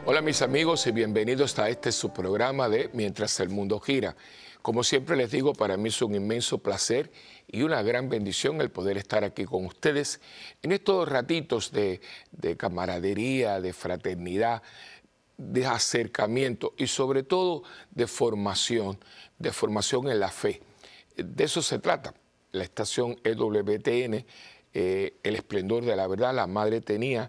Hola mis amigos y bienvenidos a este su programa de Mientras el Mundo Gira. Como siempre les digo, para mí es un inmenso placer y una gran bendición el poder estar aquí con ustedes en estos ratitos de camaradería, de fraternidad, de acercamiento y sobre todo de formación en la fe. De eso se trata. La estación EWTN, El Esplendor de la Verdad, la madre tenía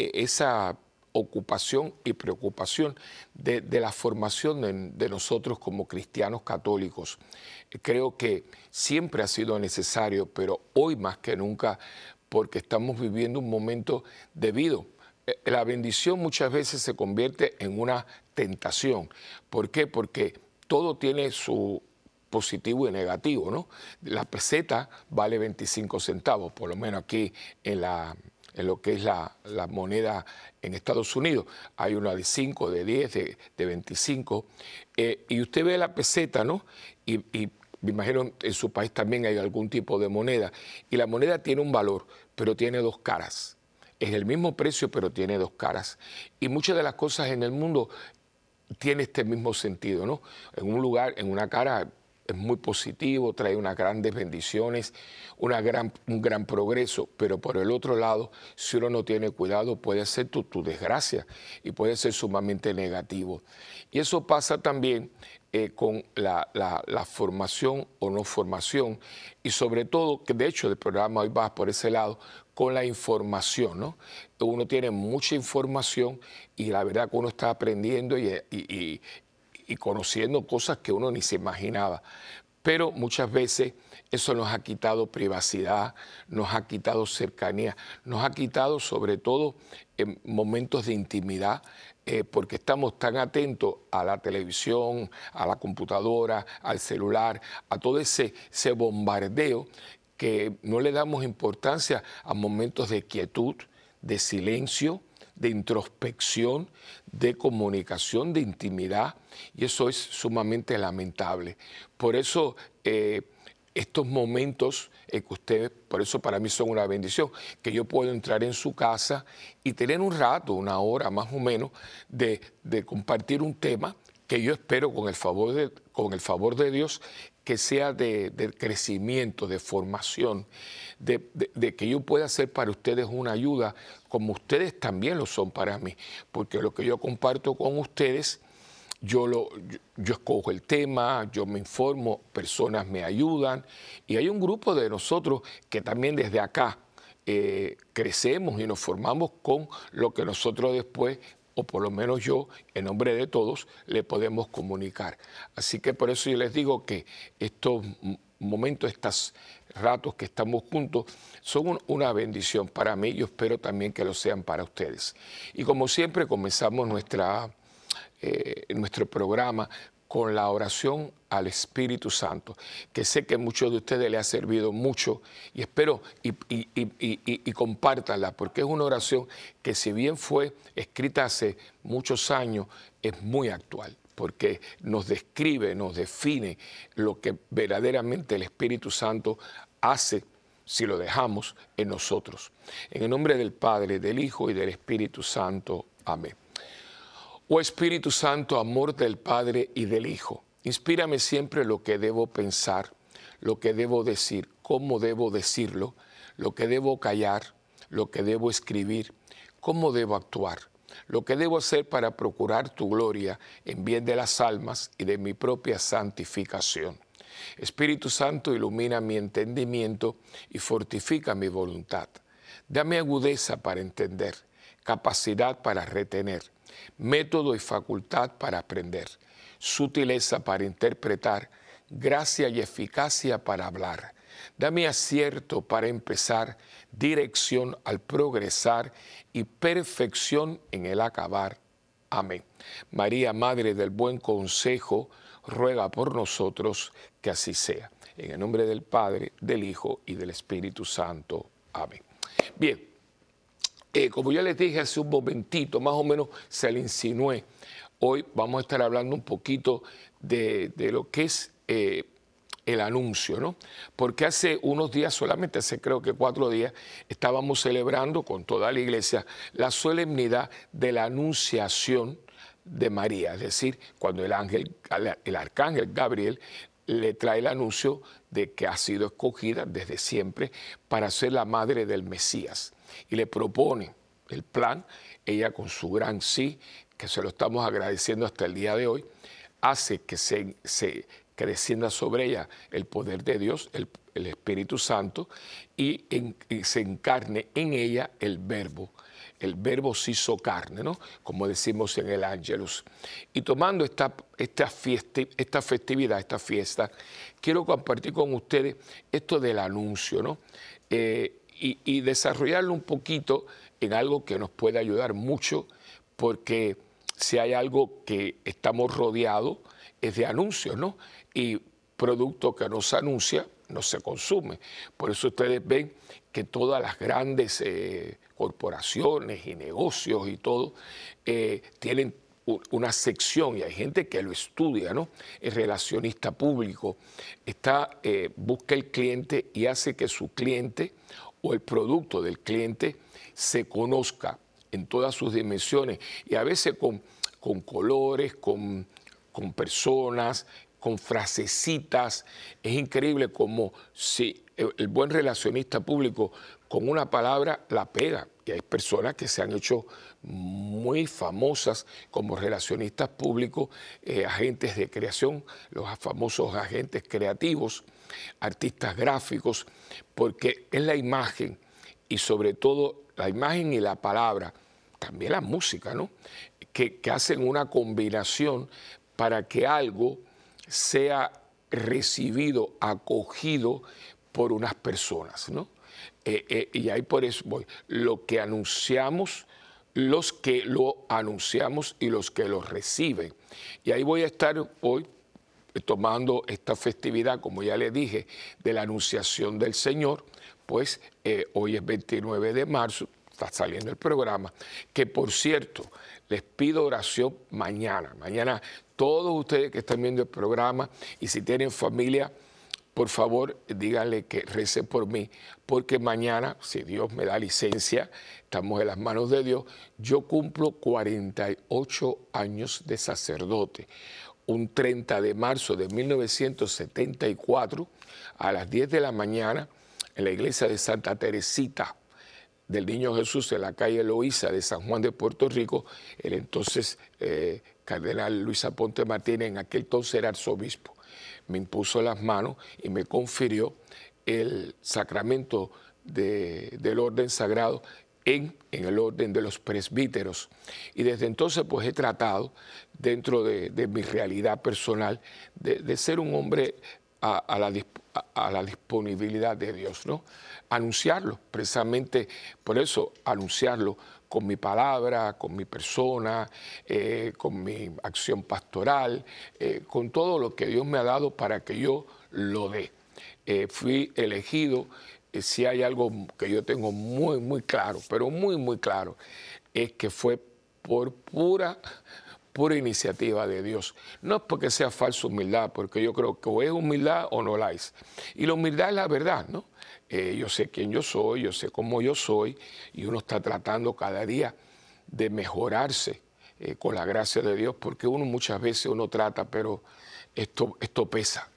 esa ocupación y preocupación de la formación de nosotros como cristianos católicos. Creo que siempre ha sido necesario, pero hoy más que nunca, porque estamos viviendo un momento debido. La bendición muchas veces se convierte en una tentación. ¿Por qué? Porque todo tiene su positivo y negativo, ¿no? La peseta vale 25 centavos, por lo menos aquí en lo que es la moneda en Estados Unidos. Hay una de 5, de 10, de 25. Y usted ve la peseta, ¿no? Y me imagino en su país también hay algún tipo de moneda. Y la moneda tiene un valor, pero tiene dos caras. Es el mismo precio, pero tiene dos caras. Y muchas de las cosas en el mundo tienen este mismo sentido, ¿no? En un lugar, en una cara es muy positivo, trae unas grandes bendiciones, un gran progreso, pero por el otro lado, si uno no tiene cuidado, puede ser tu desgracia y puede ser sumamente negativo. Y eso pasa también con la formación o no formación y sobre todo, que de hecho el programa hoy va por ese lado, con la información, ¿no? Uno tiene mucha información y la verdad que uno está aprendiendo y conociendo cosas que uno ni se imaginaba. Pero muchas veces eso nos ha quitado privacidad, nos ha quitado cercanía, nos ha quitado sobre todo en momentos de intimidad, porque estamos tan atentos a la televisión, a la computadora, al celular, a todo ese bombardeo, que no le damos importancia a momentos de quietud, de silencio, de introspección, de comunicación, de intimidad, y eso es sumamente lamentable. Por eso estos momentos que ustedes, por eso para mí son una bendición, que yo puedo entrar en su casa y tener un rato, una hora más o menos, de compartir un tema que yo espero con el favor de Dios que sea de crecimiento, de formación, de que yo pueda ser para ustedes una ayuda, como ustedes también lo son para mí, porque lo que yo comparto con ustedes, yo escojo el tema, yo me informo, personas me ayudan, y hay un grupo de nosotros que también desde acá crecemos y nos formamos con lo que nosotros después, o por lo menos yo, en nombre de todos, le podemos comunicar. Así que por eso yo les digo que estos momentos, estos ratos que estamos juntos, son una bendición para mí. Yo espero también que lo sean para ustedes. Y como siempre, comenzamos nuestro programa con la oración al Espíritu Santo, que sé que a muchos de ustedes le ha servido mucho y espero y compártanla, porque es una oración que si bien fue escrita hace muchos años, es muy actual, porque nos describe, nos define lo que verdaderamente el Espíritu Santo hace si lo dejamos en nosotros. En el nombre del Padre, del Hijo y del Espíritu Santo. Amén. Oh Espíritu Santo, amor del Padre y del Hijo, inspírame siempre lo que debo pensar, lo que debo decir, cómo debo decirlo, lo que debo callar, lo que debo escribir, cómo debo actuar, lo que debo hacer para procurar tu gloria en bien de las almas y de mi propia santificación. Espíritu Santo, ilumina mi entendimiento y fortifica mi voluntad. Dame agudeza para entender, capacidad para retener, método y facultad para aprender, sutileza para interpretar, gracia y eficacia para hablar. Dame acierto para empezar, dirección al progresar y perfección en el acabar. Amén. María, Madre del Buen Consejo, ruega por nosotros que así sea. En el nombre del Padre, del Hijo y del Espíritu Santo. Amén. Bien. Como ya les dije hace un momentito, más o menos se le insinué, hoy vamos a estar hablando un poquito de lo que es el anuncio, ¿no? Porque hace unos días, solamente hace creo que 4 días, estábamos celebrando con toda la iglesia la solemnidad de la anunciación de María, es decir, cuando el arcángel Gabriel le trae el anuncio de que ha sido escogida desde siempre para ser la madre del Mesías. Y le propone el plan, ella con su gran sí, que se lo estamos agradeciendo hasta el día de hoy, hace que descienda sobre ella el poder de Dios, el Espíritu Santo, y se encarne en ella el Verbo. El Verbo se hizo carne, ¿no? Como decimos en el Ángelus. Y tomando esta festividad, esta fiesta, quiero compartir con ustedes esto del anuncio, ¿no? Y desarrollarlo un poquito en algo que nos puede ayudar mucho, porque si hay algo que estamos rodeados es de anuncios, ¿no? Y producto que no se anuncia, no se consume. Por eso ustedes ven que todas las grandes corporaciones y negocios y todo tienen una sección, y hay gente que lo estudia, ¿no? El relacionista público busca el cliente y hace que su cliente o el producto del cliente se conozca en todas sus dimensiones, y a veces con colores, con personas, con frasecitas. Es increíble como si el buen relacionista público con una palabra la pega. Y hay personas que se han hecho muy famosas como relacionistas públicos, agentes de creación, los famosos agentes creativos, artistas gráficos, porque es la imagen, y sobre todo la imagen y la palabra, también la música, ¿no? Que hacen una combinación para que algo sea recibido, acogido por unas personas, ¿no? Y ahí por eso voy. Lo que anunciamos, los que lo anunciamos y los que lo reciben. Y ahí voy a estar hoy tomando esta festividad, como ya les dije, de la anunciación del Señor. Pues hoy es 29 de marzo, está saliendo el programa, que por cierto, les pido oración mañana. Mañana todos ustedes que están viendo el programa, y si tienen familia, por favor, díganle que recen por mí, porque mañana, si Dios me da licencia, estamos en las manos de Dios, yo cumplo 48 años de sacerdote. Un 30 de marzo de 1974, a las 10 de la mañana, en la iglesia de Santa Teresita del Niño Jesús, en la calle Loíza de San Juan de Puerto Rico, el entonces cardenal Luis Aponte Martínez, en aquel entonces era arzobispo, me impuso las manos y me confirió el sacramento del orden sagrado en el orden de los presbíteros. Y desde entonces pues he tratado, dentro de mi realidad personal, de ser un hombre a la disponibilidad de Dios, ¿no? Anunciarlo, precisamente por eso, anunciarlo con mi palabra, con mi persona, con mi acción pastoral, con todo lo que Dios me ha dado para que yo lo dé. Fui elegido, si hay algo que yo tengo muy, muy claro, pero muy, muy claro, es que fue por pura iniciativa de Dios. No es porque sea falsa humildad, porque yo creo que o es humildad o no la es. Y la humildad es la verdad, ¿no? Yo sé quién yo soy, yo sé cómo yo soy, y uno está tratando cada día de mejorarse con la gracia de Dios, porque uno muchas veces trata, pero esto pesa.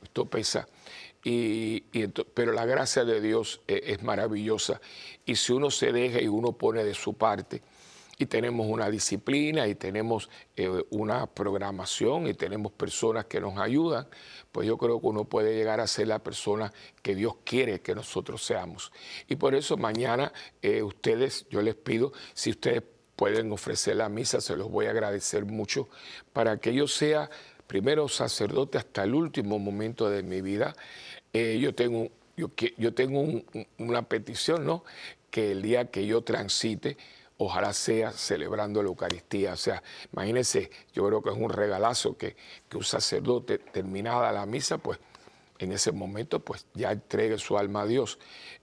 Pero la gracia de Dios es maravillosa, y si uno se deja y uno pone de su parte, y tenemos una disciplina, y tenemos una programación, y tenemos personas que nos ayudan, pues yo creo que uno puede llegar a ser la persona que Dios quiere que nosotros seamos. Y por eso mañana yo les pido, si ustedes pueden ofrecer la misa, se los voy a agradecer mucho, para que yo sea primero sacerdote hasta el último momento de mi vida. Yo tengo una petición, ¿no? Que el día que yo transite, ojalá sea celebrando la Eucaristía. O sea, imagínense, yo creo que es un regalazo que un sacerdote, terminada la misa, pues en ese momento pues ya entregue su alma a Dios.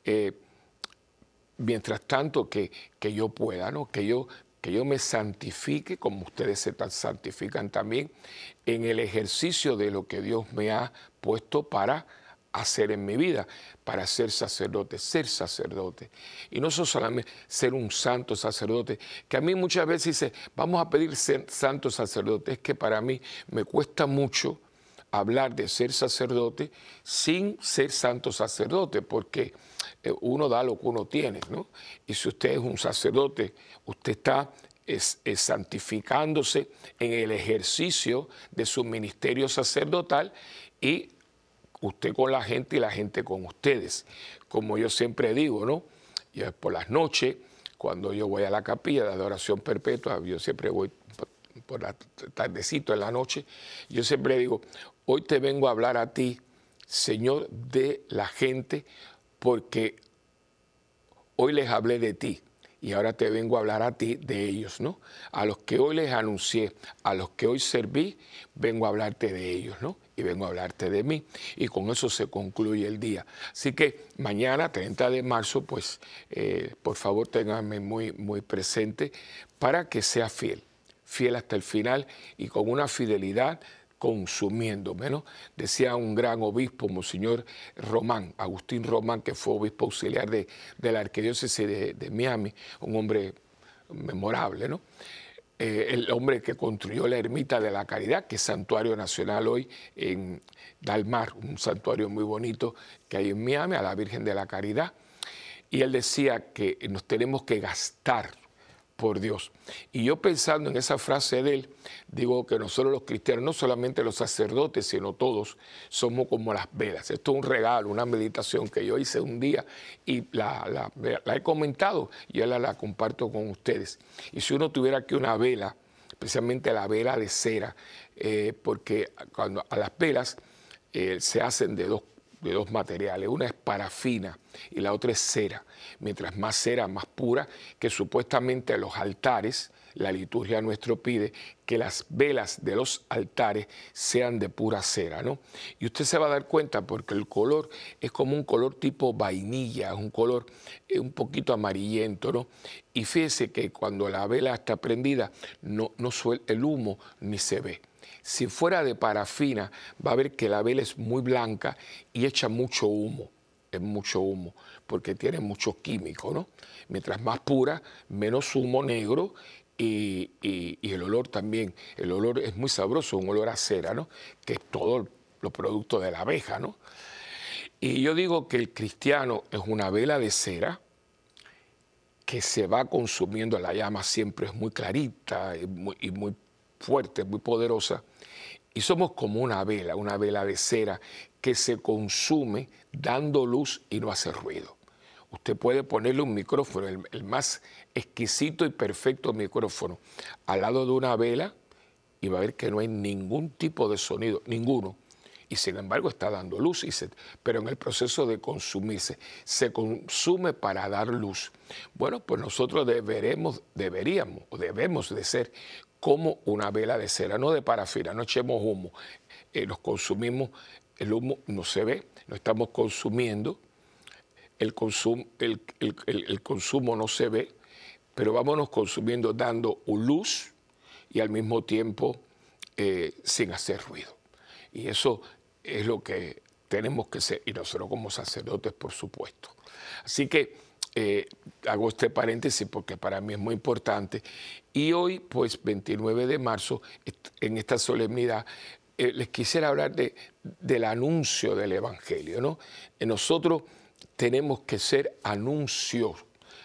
Mientras tanto que yo pueda, ¿no? Que yo me santifique como ustedes se santifican también en el ejercicio de lo que Dios me ha puesto para hacer en mi vida para ser sacerdote, y no solamente ser un santo sacerdote, que a mí muchas veces dice, vamos a pedir ser santo sacerdote, es que para mí me cuesta mucho hablar de ser sacerdote sin ser santo sacerdote, porque uno da lo que uno tiene, ¿no? Y si usted es un sacerdote, usted está santificándose en el ejercicio de su ministerio sacerdotal, y usted con la gente y la gente con ustedes. Como yo siempre digo, ¿no? Yo por las noches, cuando yo voy a la capilla de adoración perpetua, yo siempre voy por la tardecito en la noche, yo siempre digo, hoy te vengo a hablar a ti, Señor, de la gente, porque hoy les hablé de ti y ahora te vengo a hablar a ti de ellos, ¿no? A los que hoy les anuncié, a los que hoy serví, vengo a hablarte de ellos, ¿no? Y vengo a hablarte de mí. Y con eso se concluye el día. Así que mañana, 30 de marzo, pues por favor ténganme muy presente para que sea fiel hasta el final y con una fidelidad consumiéndome, ¿no? Decía un gran obispo, Monseñor Román, Agustín Román, que fue obispo auxiliar de la arquidiócesis de Miami, un hombre memorable, ¿no? El hombre que construyó la Ermita de la Caridad, que es santuario nacional hoy en Dalmar, un santuario muy bonito que hay en Miami, a la Virgen de la Caridad. Y él decía que nos tenemos que gastar por Dios. Y yo pensando en esa frase de él, digo que nosotros los cristianos, no solamente los sacerdotes, sino todos, somos como las velas. Esto es un regalo, una meditación que yo hice un día y la he comentado y ahora la comparto con ustedes. Y si uno tuviera aquí una vela, especialmente la vela de cera, porque cuando a las velas se hacen de dos materiales, una es parafina y la otra es cera. Mientras más cera, más pura, que supuestamente los altares, la liturgia nuestro pide que las velas de los altares sean de pura cera, ¿no? Y usted se va a dar cuenta porque el color es como un color tipo vainilla, es un color un poquito amarillento, ¿no? Y fíjese que cuando la vela está prendida, no suelta el humo ni se ve. Si fuera de parafina, va a ver que la vela es muy blanca y echa mucho humo, es mucho humo, porque tiene muchos químicos, ¿no? Mientras más pura, menos humo negro y el olor también. El olor es muy sabroso, un olor a cera, ¿no? Que es todo los productos de la abeja, ¿no? Y yo digo que el cristiano es una vela de cera que se va consumiendo, la llama siempre es muy clarita y muy fuerte, muy poderosa, y somos como una vela de cera que se consume dando luz y no hace ruido. Usted puede ponerle un micrófono, el más exquisito y perfecto micrófono, al lado de una vela y va a ver que no hay ningún tipo de sonido, ninguno. Y sin embargo está dando luz, pero en el proceso de consumirse, se consume para dar luz. Bueno, pues nosotros debemos de ser como una vela de cera, no de parafina, no echemos humo. Nos consumimos, el humo no se ve, no estamos consumiendo, el consumo no se ve, pero vámonos consumiendo dando luz y al mismo tiempo sin hacer ruido. Y eso es lo que tenemos que ser, y nosotros como sacerdotes, por supuesto. Así que hago este paréntesis porque para mí es muy importante. Y hoy, pues 29 de marzo, en esta solemnidad, les quisiera hablar del anuncio del Evangelio, ¿no? Nosotros tenemos que ser anuncios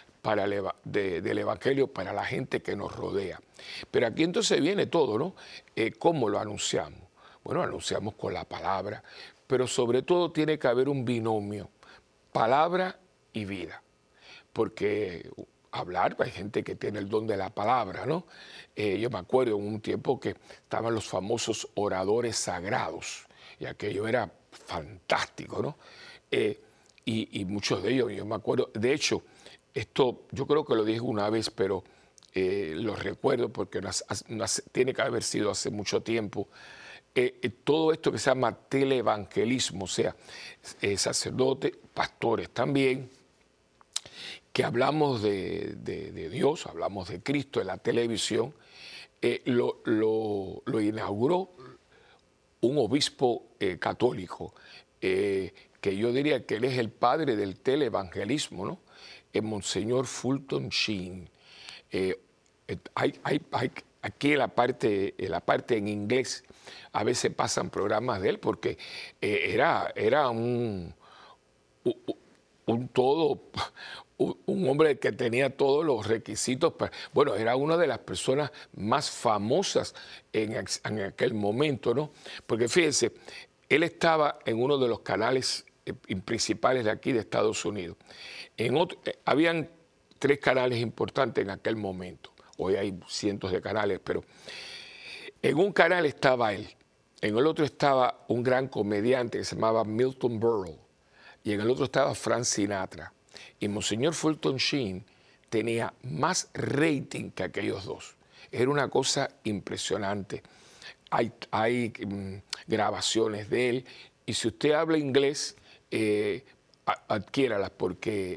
del Evangelio para la gente que nos rodea. Pero aquí entonces viene todo, ¿no? ¿Cómo lo anunciamos? Bueno, anunciamos con la palabra, pero sobre todo tiene que haber un binomio, palabra y vida. Porque hablar, hay gente que tiene el don de la palabra, ¿no? Yo me acuerdo en un tiempo que estaban los famosos oradores sagrados, y aquello era fantástico, ¿no? Y muchos de ellos, yo me acuerdo, de hecho, esto yo creo que lo dije una vez, pero lo recuerdo porque tiene que haber sido hace mucho tiempo. Todo esto que se llama televangelismo, o sea, sacerdotes, pastores también, que hablamos de Dios, hablamos de Cristo en la televisión, lo inauguró un obispo católico que yo diría que él es el padre del televangelismo, ¿no? El Monseñor Fulton Sheen. Aquí en la parte en inglés a veces pasan programas de él porque era un todo, un hombre que tenía todos los requisitos. Bueno, era una de las personas más famosas en aquel momento, ¿no? Porque fíjense, él estaba en uno de los canales principales de aquí de Estados Unidos. Habían 3 canales importantes en aquel momento. Hoy hay cientos de canales, pero en un canal estaba él. En el otro estaba un gran comediante que se llamaba Milton Berle. Y en el otro estaba Frank Sinatra. Y Monseñor Fulton Sheen tenía más rating que aquellos dos. Era una cosa impresionante. Hay grabaciones de él. Y si usted habla inglés, adquiéralas porque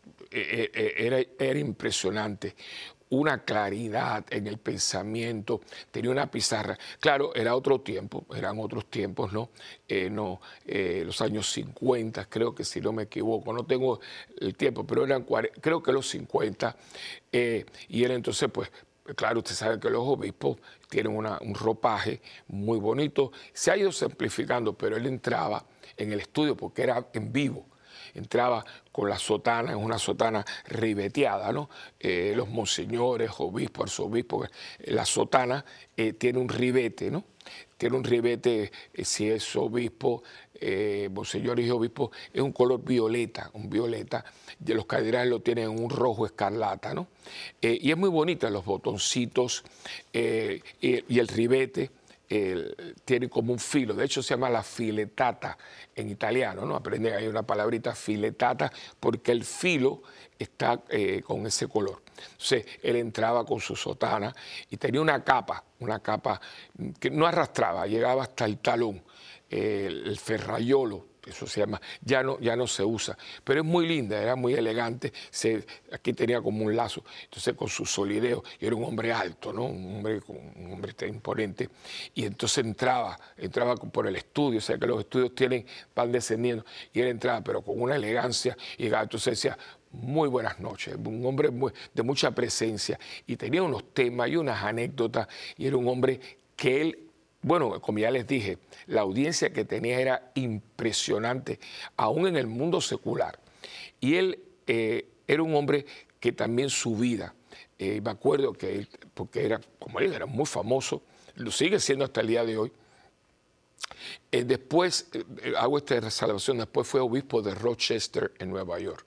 era impresionante. Una claridad en el pensamiento, tenía una pizarra. Claro, era otro tiempo, eran otros tiempos, ¿no? Los años 50, creo que si no me equivoco, no tengo el tiempo, pero eran creo que los 50. Y él entonces, pues, claro, usted sabe que los obispos tienen un ropaje muy bonito. Se ha ido simplificando, pero él entraba en el estudio porque era en vivo. Entraba con la sotana, es una sotana ribeteada, ¿no? Los monseñores, obispos, arzobispos, la sotana tiene un ribete, ¿no? Tiene un ribete, si es obispo, monseñores y obispos, es un color violeta, un violeta. De los catedrales lo tienen en un rojo escarlata, ¿no? Y es muy bonita, los botoncitos y el ribete. Tiene como un filo, de hecho se llama la filetata en italiano, ¿no? Aprenden ahí una palabrita, filetata, porque el filo está con ese color. Entonces él entraba con su sotana y tenía una capa que no arrastraba, llegaba hasta el talón, el ferraiolo. Eso se llama, ya no se usa, pero es muy linda, era muy elegante, aquí tenía como un lazo, entonces con su solideo, y era un hombre alto, ¿no? Un hombre imponente, y entonces entraba por el estudio, o sea que los estudios van descendiendo, y él entraba, pero con una elegancia, y entonces decía, muy buenas noches, un hombre de mucha presencia, y tenía unos temas y unas anécdotas, y era un hombre que él, bueno, como ya les dije, la audiencia que tenía era impresionante, aún en el mundo secular. Y él era un hombre que también su vida, me acuerdo que él, porque era, como él era muy famoso, lo sigue siendo hasta el día de hoy. Después, hago esta salvación, después fue obispo de Rochester en Nueva York.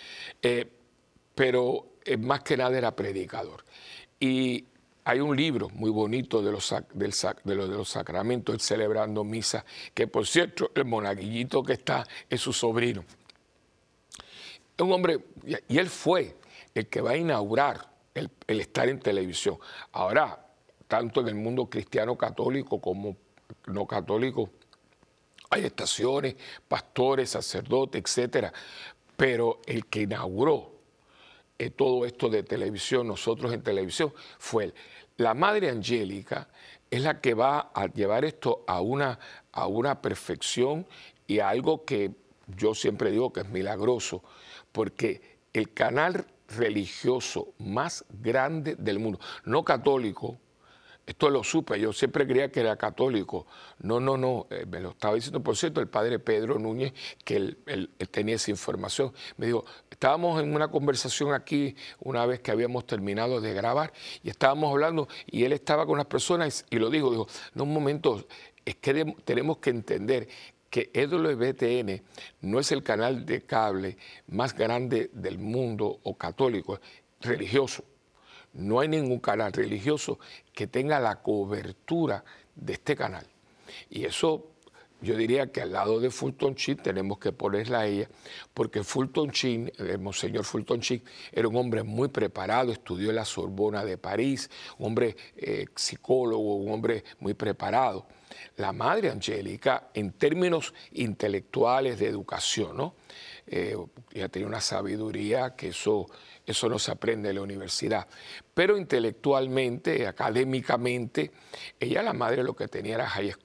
Pero más que nada era predicador. Y hay un libro muy bonito de los sacramentos, él celebrando misa, que por cierto, el monaguillito que está es su sobrino. Es un hombre, y él fue el que va a inaugurar el estar en televisión. Ahora, tanto en el mundo cristiano católico como no católico, hay estaciones, pastores, sacerdotes, etcétera. Pero el que inauguró todo esto de televisión, nosotros en televisión, fue él. La Madre Angélica es la que va a llevar esto a una perfección y a algo que yo siempre digo que es milagroso, porque el canal religioso más grande del mundo, no católico, esto lo supe, yo siempre creía que era católico. No, me lo estaba diciendo, por cierto, el padre Pedro Núñez, que él tenía esa información. Me dijo, estábamos en una conversación aquí una vez que habíamos terminado de grabar y estábamos hablando y él estaba con unas personas y lo dijo, no, un momento, es que tenemos que entender que EWTN no es el canal de cable más grande del mundo o católico, religioso. No hay ningún canal religioso que tenga la cobertura de este canal. Y eso yo diría que al lado de Fulton Sheen tenemos que ponerla a ella, porque Fulton Sheen, el monseñor Fulton Sheen, era un hombre muy preparado, estudió en la Sorbona de París, un hombre psicólogo, un hombre muy preparado. La Madre Angélica, en términos intelectuales de educación, ¿no? Ella tenía una sabiduría que eso no se aprende en la universidad. Pero intelectualmente, académicamente, ella, la madre, lo que tenía era high school,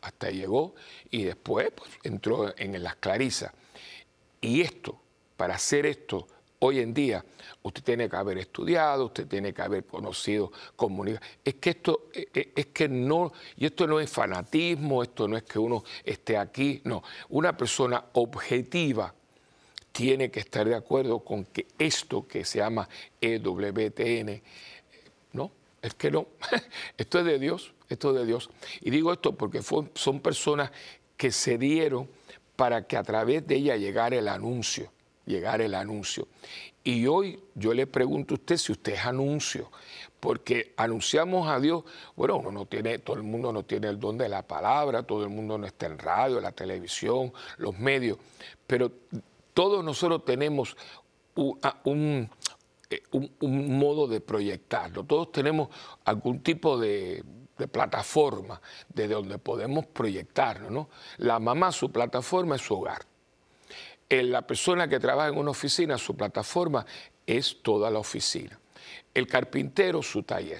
hasta llegó y después pues, entró en las Clarisas. Y esto, para hacer esto, hoy en día, usted tiene que haber estudiado, usted tiene que haber conocido comunidad. Es que esto no, y esto no es fanatismo, esto no es que uno esté aquí, no. Una persona objetiva tiene que estar de acuerdo con que esto que se llama EWTN, no, es que no, esto es de Dios, esto es de Dios. Y digo esto porque son personas que se dieron para que a través de ella llegara el anuncio. Y hoy yo le pregunto a usted si usted es anuncio, porque anunciamos a Dios, bueno, todo el mundo no tiene el don de la palabra, todo el mundo no está en radio, la televisión, los medios, pero todos nosotros tenemos un modo de proyectarlo, todos tenemos algún tipo de plataforma de donde podemos proyectarlo, ¿no? La mamá, su plataforma es su hogar. La persona que trabaja en una oficina, su plataforma es toda la oficina. El carpintero, su taller.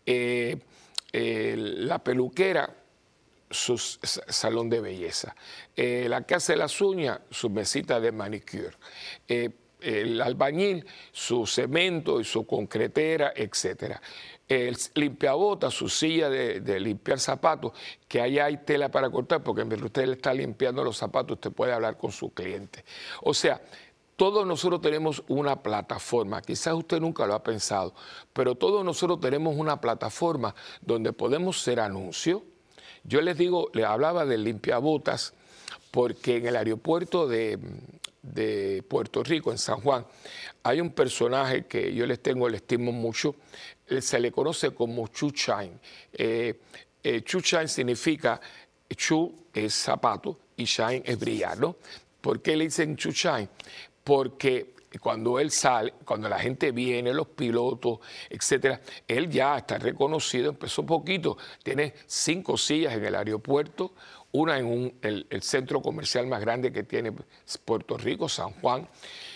La peluquera, su salón de belleza. La que hace las uñas, su mesita de manicure. El albañil, su cemento y su concretera, etcétera. El limpiabotas, su silla de limpiar zapatos, que allá hay tela para cortar, porque mientras usted le está limpiando los zapatos, usted puede hablar con su cliente. O sea, todos nosotros tenemos una plataforma, quizás usted nunca lo ha pensado, pero todos nosotros tenemos una plataforma donde podemos ser anuncios. Yo les digo, les hablaba del limpiabotas, porque en el aeropuerto de Puerto Rico, en San Juan, hay un personaje que yo le estimo mucho, se le conoce como Shoe Shine. Shoe Shine significa, shoe es zapato y shine es brillar, ¿no? ¿Por qué le dicen Shoe Shine? Porque cuando él sale, cuando la gente viene, los pilotos, etcétera, él ya está reconocido, empezó poquito, tiene 5 sillas en el aeropuerto, una en el centro comercial más grande que tiene Puerto Rico, San Juan,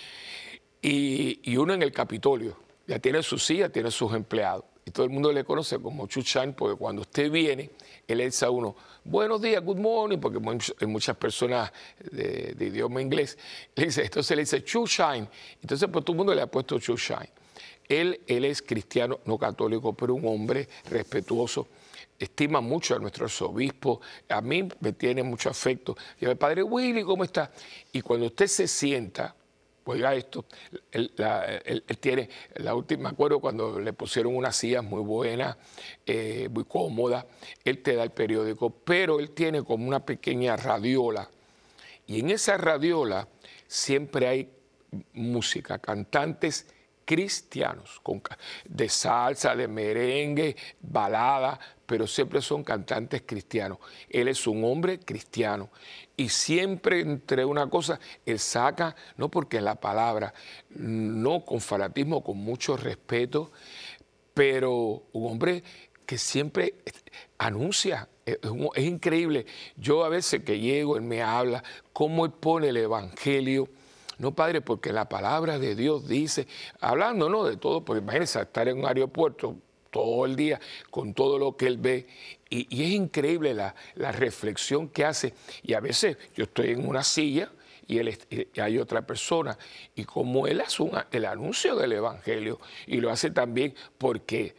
y una en el Capitolio. Ya tiene su silla, tiene sus empleados. Y todo el mundo le conoce como Shoe Shine, porque cuando usted viene, él le dice a uno, buenos días, good morning, porque hay muchas personas de idioma inglés. Entonces le dice Shoe Shine. Entonces pues todo el mundo le ha puesto Shoe Shine. Él es cristiano, no católico, pero un hombre respetuoso. Estima mucho a nuestro arzobispo, a mí me tiene mucho afecto. Y el padre Willy, ¿cómo está? Y cuando usted se sienta, oiga esto, él tiene la última, me acuerdo cuando le pusieron unas sillas muy buenas, muy cómodas, él te da el periódico, pero él tiene como una pequeña radiola. Y en esa radiola siempre hay música, cantantes cristianos, de salsa, de merengue, balada, pero siempre son cantantes cristianos. Él es un hombre cristiano y siempre entre una cosa, él saca, no porque es la palabra, no con fanatismo, con mucho respeto, pero un hombre que siempre anuncia. Es increíble. Yo a veces que llego, él me habla, cómo él pone el evangelio. No, padre, porque la palabra de Dios dice, hablando, ¿no?, de todo, porque imagínense estar en un aeropuerto todo el día con todo lo que él ve, y es increíble la reflexión que hace, y a veces yo estoy en una silla y hay otra persona, y como él hace el anuncio del evangelio, y lo hace también porque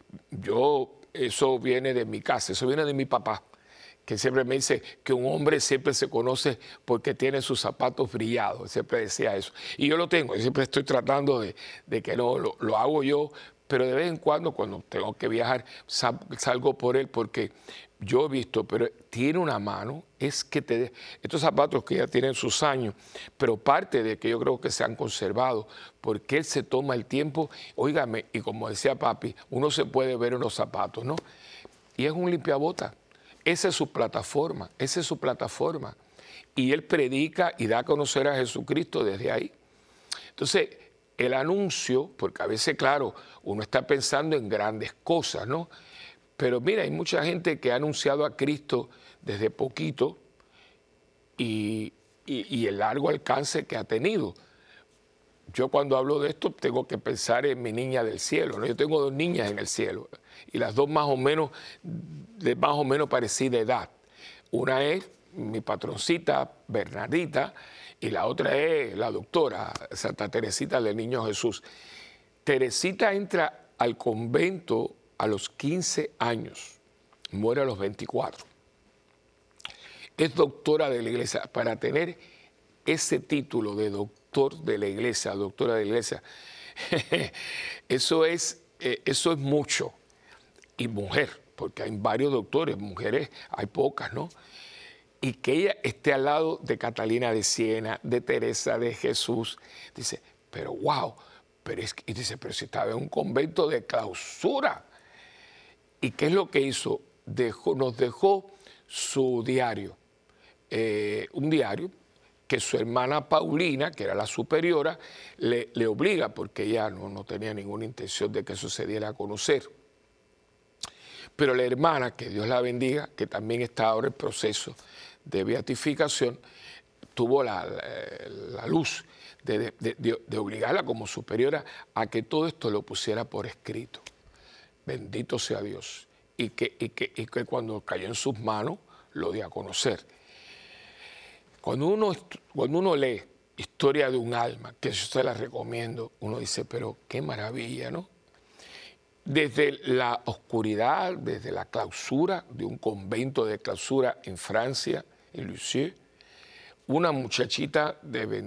eso viene de mi casa, eso viene de mi papá, que siempre me dice que un hombre siempre se conoce porque tiene sus zapatos brillados, siempre decía eso. Y yo lo tengo, yo siempre estoy tratando de que no, lo hago yo, pero de vez en cuando tengo que viajar salgo por él porque yo he visto, pero tiene una mano, es que estos zapatos que ya tienen sus años, pero parte de que yo creo que se han conservado, porque él se toma el tiempo, óigame, y como decía papi, uno se puede ver en los zapatos, ¿no? Y es un limpiabotas. Esa es su plataforma, esa es su plataforma. Y él predica y da a conocer a Jesucristo desde ahí. Entonces, el anuncio, porque a veces, claro, uno está pensando en grandes cosas, ¿no? Pero mira, hay mucha gente que ha anunciado a Cristo desde poquito y el largo alcance que ha tenido. Yo cuando hablo de esto tengo que pensar en mi niña del cielo, ¿no? Yo tengo 2 niñas en el cielo y las 2 más o menos parecida edad. Una es mi patroncita Bernardita y la otra es la doctora Santa Teresita del Niño Jesús. Teresita entra al convento a los 15 años, muere a los 24. Es doctora de la iglesia. Para tener ese título de doctor de la iglesia, doctora de la iglesia, eso es mucho. Y mujer, porque hay varios doctores, mujeres hay pocas, ¿no? Y que ella esté al lado de Catalina de Siena, de Teresa de Jesús, dice, pero wow, y dice, pero si estaba en un convento de clausura. ¿Y qué es lo que hizo? Nos dejó su diario, un diario que su hermana Paulina, que era la superiora, le obliga, porque ella no tenía ninguna intención de que eso se diera a conocer. Pero la hermana, que Dios la bendiga, que también está ahora en proceso de beatificación, tuvo la luz de obligarla como superiora a que todo esto lo pusiera por escrito. Bendito sea Dios. Y que cuando cayó en sus manos lo dio a conocer. Cuando uno lee Historia de un alma, que yo se la recomiendo, uno dice, pero qué maravilla, ¿no? Desde la oscuridad, desde la clausura de un convento de clausura en Francia, en Lisieux, una muchachita de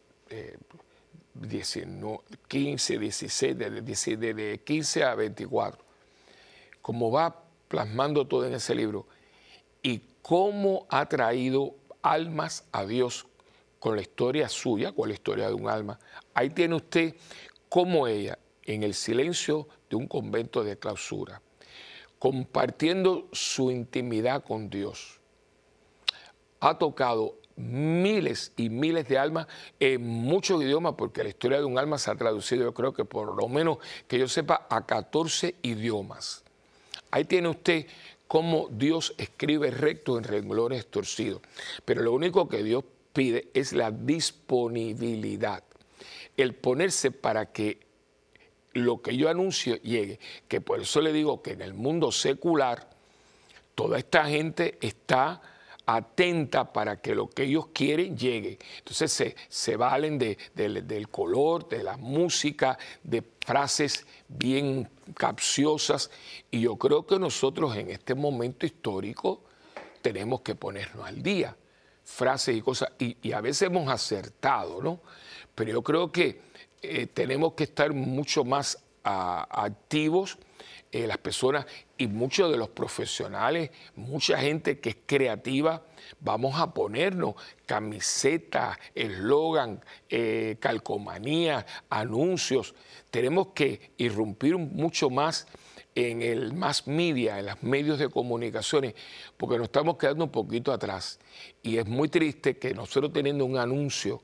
15, 16, de 15 a 24, como va plasmando todo en ese libro, y cómo ha traído almas a Dios con la historia suya, con la historia de un alma. Ahí tiene usted cómo ella, en el silencio de un convento de clausura, compartiendo su intimidad con Dios, ha tocado miles y miles de almas en muchos idiomas, porque la historia de un alma se ha traducido, yo creo que por lo menos que yo sepa, a 14 idiomas. Ahí tiene usted cómo Dios escribe recto en renglones torcidos. Pero lo único que Dios pide es la disponibilidad, el ponerse para que lo que yo anuncio llegue. Que por eso le digo que en el mundo secular toda esta gente está atenta para que lo que ellos quieren llegue. Entonces se valen del color, de la música, de frases bien capciosas, y yo creo que nosotros en este momento histórico tenemos que ponernos al día, frases y cosas, y a veces hemos acertado, ¿no? Pero yo creo que tenemos que estar mucho más activos, las personas y muchos de los profesionales, mucha gente que es creativa. Vamos a ponernos camisetas, eslogan, calcomanías, anuncios. Tenemos que irrumpir mucho más en el mass media, en los medios de comunicaciones, porque nos estamos quedando un poquito atrás. Y es muy triste que nosotros, teniendo un anuncio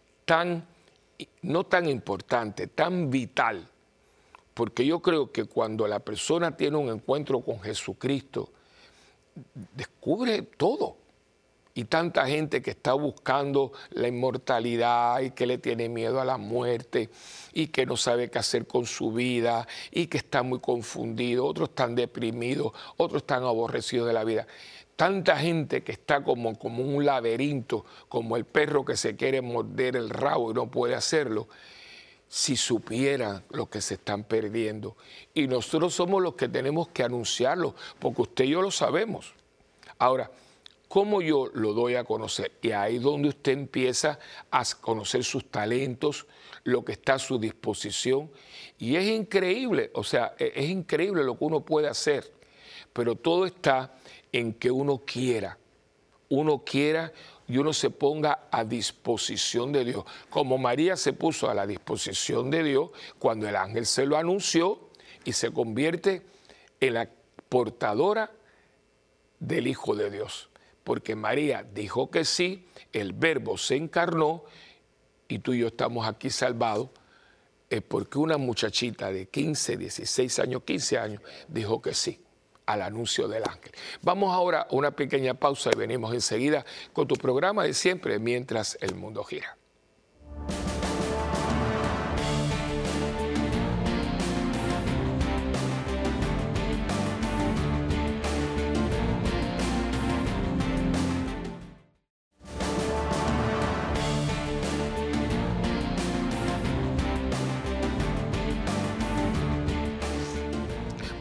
no tan importante, tan vital, porque yo creo que cuando la persona tiene un encuentro con Jesucristo, descubre todo. Y tanta gente que está buscando la inmortalidad y que le tiene miedo a la muerte y que no sabe qué hacer con su vida y que está muy confundido, otros están deprimidos, otros están aborrecidos de la vida. Tanta gente que está como un laberinto, como el perro que se quiere morder el rabo y no puede hacerlo. Si supieran lo que se están perdiendo. Y nosotros somos los que tenemos que anunciarlo, porque usted y yo lo sabemos. Ahora, ¿cómo yo lo doy a conocer? Y ahí es donde usted empieza a conocer sus talentos, lo que está a su disposición. Y es increíble, o sea, es increíble lo que uno puede hacer. Pero todo está en que uno quiera y uno se ponga a disposición de Dios. Como María se puso a la disposición de Dios cuando el ángel se lo anunció y se convierte en la portadora del Hijo de Dios. Porque María dijo que sí, el Verbo se encarnó y tú y yo estamos aquí salvados, porque una muchachita de 15, 16 años, 15 años dijo que sí al anuncio del ángel. Vamos ahora a una pequeña pausa y venimos enseguida con tu programa de siempre, Mientras el Mundo Gira.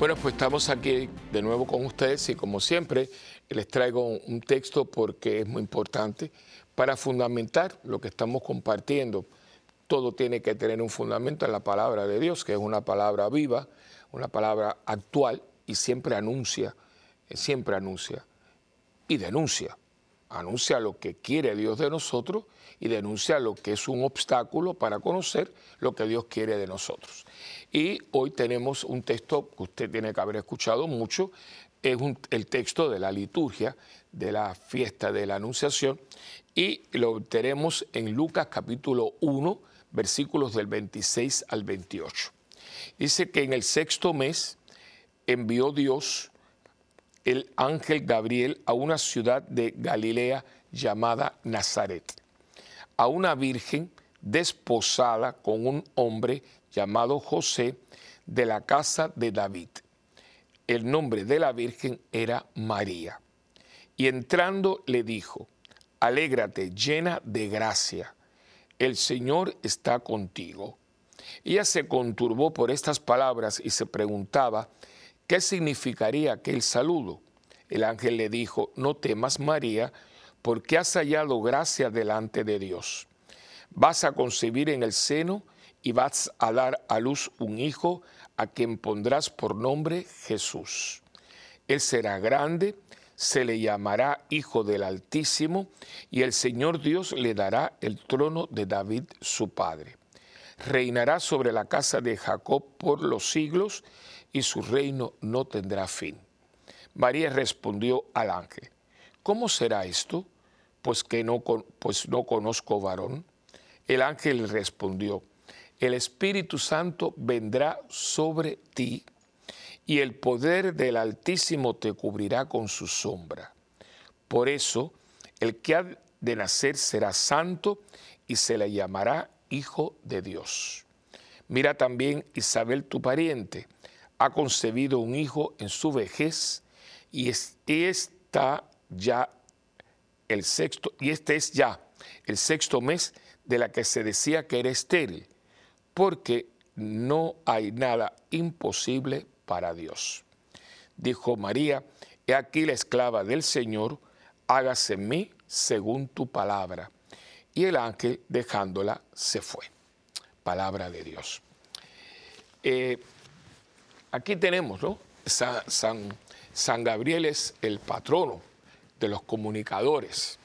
Bueno, pues estamos aquí de nuevo con ustedes y como siempre les traigo un texto porque es muy importante para fundamentar lo que estamos compartiendo. Todo tiene que tener un fundamento en la palabra de Dios, que es una palabra viva, una palabra actual y siempre anuncia y denuncia. Anuncia lo que quiere Dios de nosotros y denuncia lo que es un obstáculo para conocer lo que Dios quiere de nosotros. Y hoy tenemos un texto que usted tiene que haber escuchado mucho, es el texto de la liturgia de la fiesta de la Anunciación y lo tenemos en Lucas capítulo 1, versículos del 26 al 28. Dice que en el sexto mes envió Dios el ángel Gabriel a una ciudad de Galilea llamada Nazaret, a una virgen desposada con un hombre llamado José de la casa de David. El nombre de la virgen era María. Y entrando le dijo: alégrate, llena de gracia, el Señor está contigo. Ella se conturbó por estas palabras y se preguntaba ¿qué significaría aquel saludo? El ángel le dijo: no temas, María, porque has hallado gracia delante de Dios. Vas a concebir en el seno y vas a dar a luz un hijo a quien pondrás por nombre Jesús. Él será grande, se le llamará Hijo del Altísimo, y el Señor Dios le dará el trono de David su padre. Reinará sobre la casa de Jacob por los siglos, y su reino no tendrá fin. María respondió al ángel: ¿cómo será esto? Pues no conozco varón. El ángel le respondió: el Espíritu Santo vendrá sobre ti, y el poder del Altísimo te cubrirá con su sombra. Por eso, el que ha de nacer será santo, y se le llamará Hijo de Dios. Mira también Isabel, tu pariente, ha concebido un hijo en su vejez, y este es ya el sexto mes de la que se decía que era estéril, porque no hay nada imposible para Dios. Dijo María: he aquí la esclava del Señor, hágase en mí según tu palabra. Y el ángel, dejándola, se fue. Palabra de Dios. Aquí tenemos, ¿no? San Gabriel es el patrono de los comunicadores.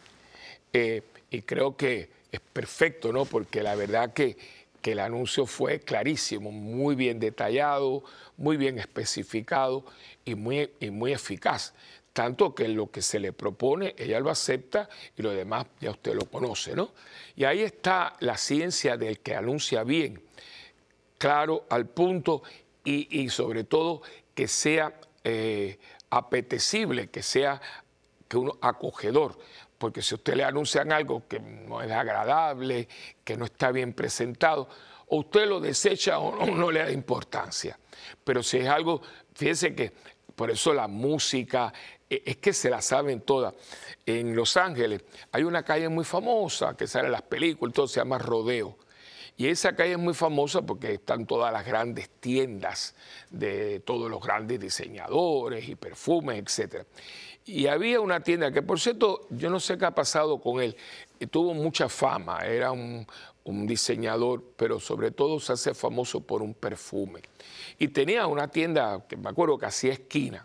Y creo que es perfecto, ¿no? Porque la verdad que el anuncio fue clarísimo, muy bien detallado, muy bien especificado y muy eficaz. Tanto que lo que se le propone, ella lo acepta y lo demás ya usted lo conoce, ¿no? Y ahí está la ciencia del que anuncia bien, claro, al punto y sobre todo que sea apetecible, que uno acogedor, porque si a usted le anuncian algo que no es agradable, que no está bien presentado, o usted lo desecha o no le da importancia. Pero si es algo, fíjense que por eso la música, es que se la saben todas. En Los Ángeles hay una calle muy famosa que sale en las películas, todo se llama Rodeo. Y esa calle es muy famosa porque están todas las grandes tiendas de todos los grandes diseñadores y perfumes, etc. Y había una tienda que, por cierto, yo no sé qué ha pasado con él, tuvo mucha fama, era un diseñador, pero sobre todo se hace famoso por un perfume. Y tenía una tienda que me acuerdo que hacía esquina.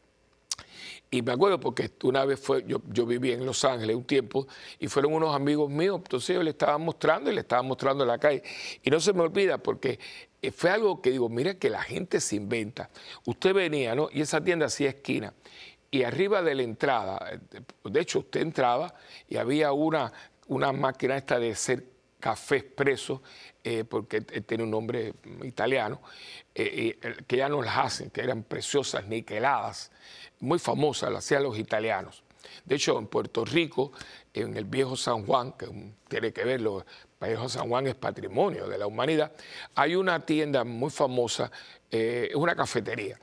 Y me acuerdo porque una vez yo viví en Los Ángeles un tiempo y fueron unos amigos míos, entonces yo le estaba mostrando la calle. Y no se me olvida porque fue algo que digo, mira que la gente se inventa. Usted venía, ¿no? Y esa tienda hacía esquina. Y arriba de la entrada, de hecho usted entraba y había una máquina esta de hacer café expreso, porque tiene un nombre italiano, que ya no las hacen, que eran preciosas, niqueladas, muy famosas, las hacían los italianos. De hecho, en Puerto Rico, en el Viejo San Juan, que tiene que verlo, el Viejo San Juan es patrimonio de la humanidad, hay una tienda muy famosa, es una cafetería,